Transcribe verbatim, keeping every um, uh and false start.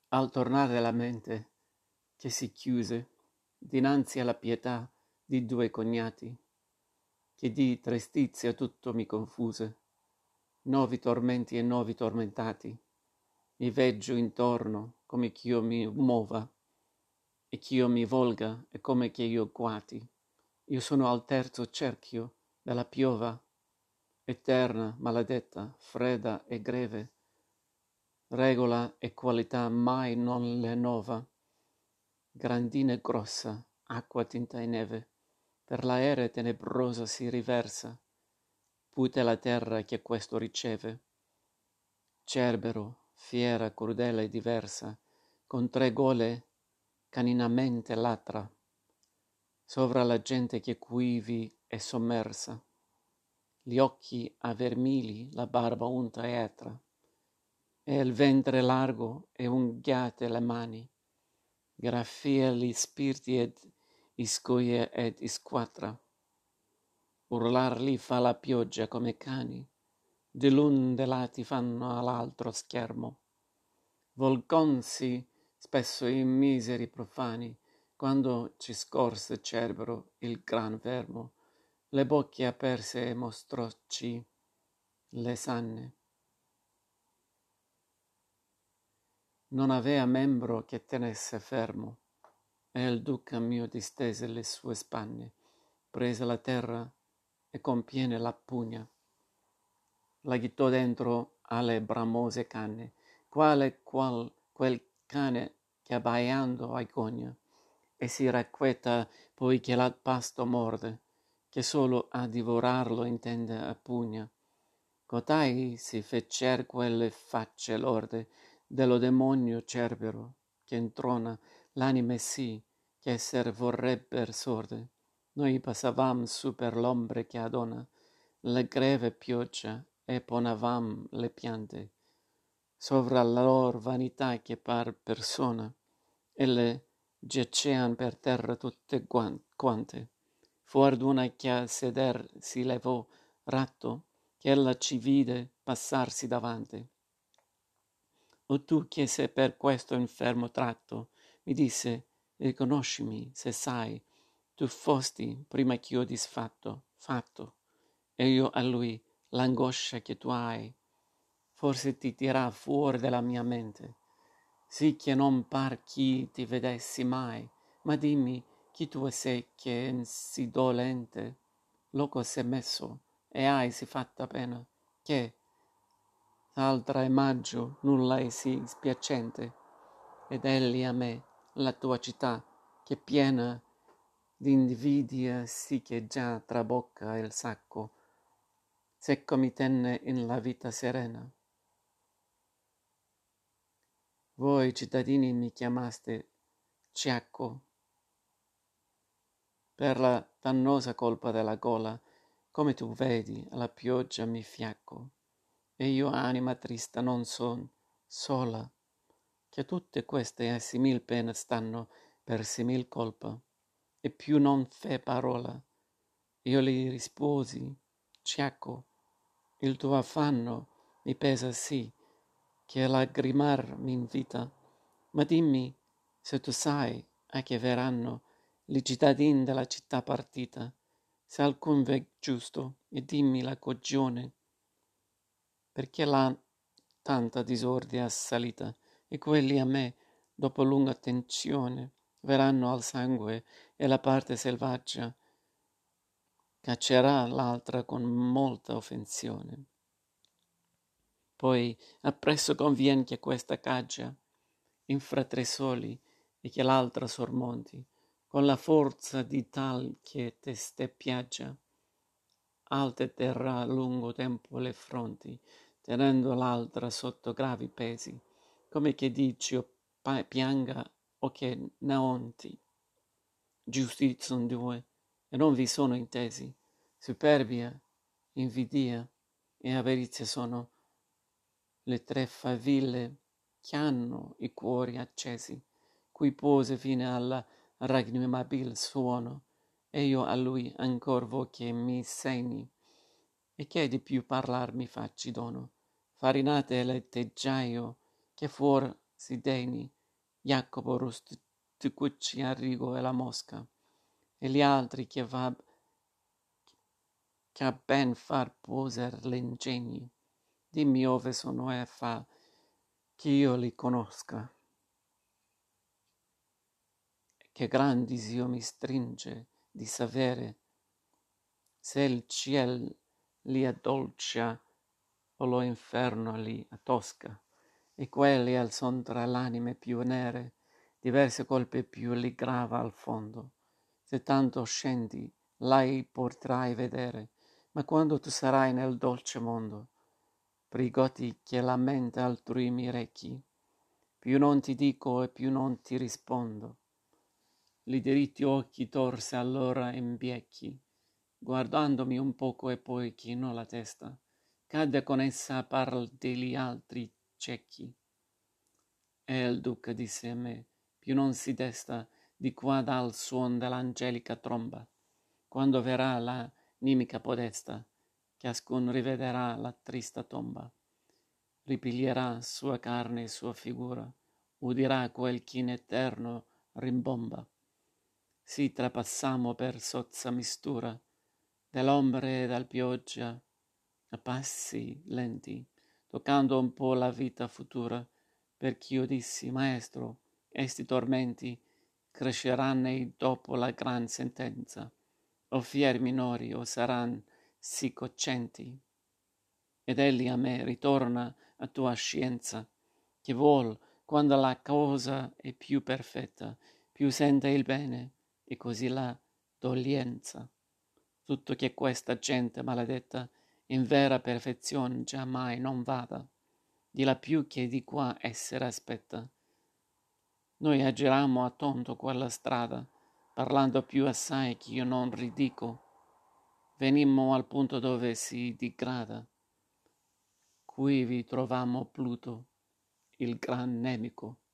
Al tornare la mente che si chiuse dinanzi alla pietà di due cognati, che di trestizia tutto mi confuse, nuovi tormenti e nuovi tormentati, mi veggio intorno come ch'io mi muova, e ch'io mi volga, e come che io guati. Io sono al terzo cerchio della piova, eterna, maledetta, fredda e greve, regola e qualità mai non le nova, grandina e grossa, acqua tinta in neve, per l'aere tenebrosa si riversa, pute la terra che questo riceve. Cerbero, fiera, crudele e diversa, con tre gole caninamente latra, sovra la gente che quivi è sommersa, gli occhi avermili, la barba unta e etra, e il ventre largo e unghiate le mani, graffia gli spirti ed iscoie ed isquatra, urlar li fa la pioggia come cani, di l'un de lati fanno all'altro schermo, volgonsi spesso i miseri profani, quando ci scorse Cerbero il gran vermo, le bocche aperse e mostrocci le sanne. Non avea membro che tenesse fermo, e il duca mio distese le sue spanne, prese la terra e con piene la pugna, la ghittò dentro alle bramose canne, quale qual quel cane che abbaiando agonia, e si racqueta poi che l'al pasto morde, che solo a divorarlo intende a pugna. Cotai si feccer quelle facce lorde dello demonio Cerbero, che introna l'anime sì, che esser vorrebber sorde. Noi passavam su per l'ombre che adona la greve pioggia e ponavam le piante sovra la lor vanità che par persona, e le giacean per terra tutte quante. Fuor d'una che a seder si levò ratto, che ella ci vide passarsi davanti. O tu che sei per questo infermo tratto, mi disse, riconoscimi se sai, tu fosti prima ch'io disfatto, fatto, e io a lui l'angoscia che tu hai, forse ti tirà fuor della mia mente, sì che non par chi ti vedessi mai, ma dimmi chi tu sei che in sì dolente loco sei messo, e hai sì fatta pena, che s'altra è maggio nulla è sì spiacente, ed egli a me, la tua città, che piena d'invidia sì che già trabocca il sacco, secco mi tenne in la vita serena. Voi cittadini mi chiamaste Ciacco per la dannosa colpa della gola, come tu vedi alla pioggia mi fiacco, e io anima trista non son, sola, che tutte queste a simil pena stanno per simil colpa, e più non fe parola. Io gli risposi, Ciacco, il tuo affanno mi pesa sì, che lagrimar m'invita, ma dimmi se tu sai a che verranno li cittadin della città partita, se alcun v'è giusto, e dimmi la cogione, perché l'ha tanta disordine assalita, e quelli a me, dopo lunga tensione, verranno al sangue, e la parte selvaggia caccerà l'altra con molta offensione. Poi appresso convien che questa caccia infra tre soli e che l'altra sormonti, con la forza di tal che teste piaggia, alte terrà lungo tempo le fronti, tenendo l'altra sotto gravi pesi, come che dici o pianga o che naonti. Giusti son due, e non vi sono intesi, superbia, invidia e avarizia sono le tre faville che hanno i cuori accesi, cui pose fine alla ragnomabil suono, e io a lui ancor vo che mi segni, e che di più parlar mi facci dono, farinate e letteggiaio, che fuor si degni, Jacopo Rusticucci, Arrigo e la Mosca, e gli altri che va che a ben far poser l'ingegni. Dimmi ove sono e fa ch'io li conosca. Che gran disio mi stringe di savere se il ciel li addolcia o lo inferno li attosca, e quelli al son tra l'anime più nere, diverse colpe più li grava al fondo. Se tanto scendi, lai potrai vedere, ma quando tu sarai nel dolce mondo, pregoti che la mente altrui mi recchi, più non ti dico e più non ti rispondo. Li diritti occhi torse allora imbiechi, guardandomi un poco e poi chinò la testa, cadde con essa a par degli altri ciechi. E il duca disse a me, più non si desta di qua dal suon dell'angelica tromba, quando verrà la nimica podesta, ciascun rivederà la trista tomba, ripiglierà sua carne e sua figura, udirà quel chin eterno rimbomba. Si trapassamo per sozza mistura dell'ombre e dal pioggia a passi lenti, toccando un po' la vita futura, perch'io dissi, maestro, esti tormenti cresceranno dopo la gran sentenza, o fier minori o saran sì coccenti. Ed egli a me ritorna a tua scienza, che vuol, quando la cosa è più perfetta, più sente il bene, e così la doglienza. Tutto che questa gente maledetta in vera perfezione giammai non vada, di là più che di qua essere aspetta. Noi aggirammo a tonto quella strada, parlando più assai ch'io non ridico. Venimmo al punto dove si digrada, qui vi trovammo Pluto, il gran nemico.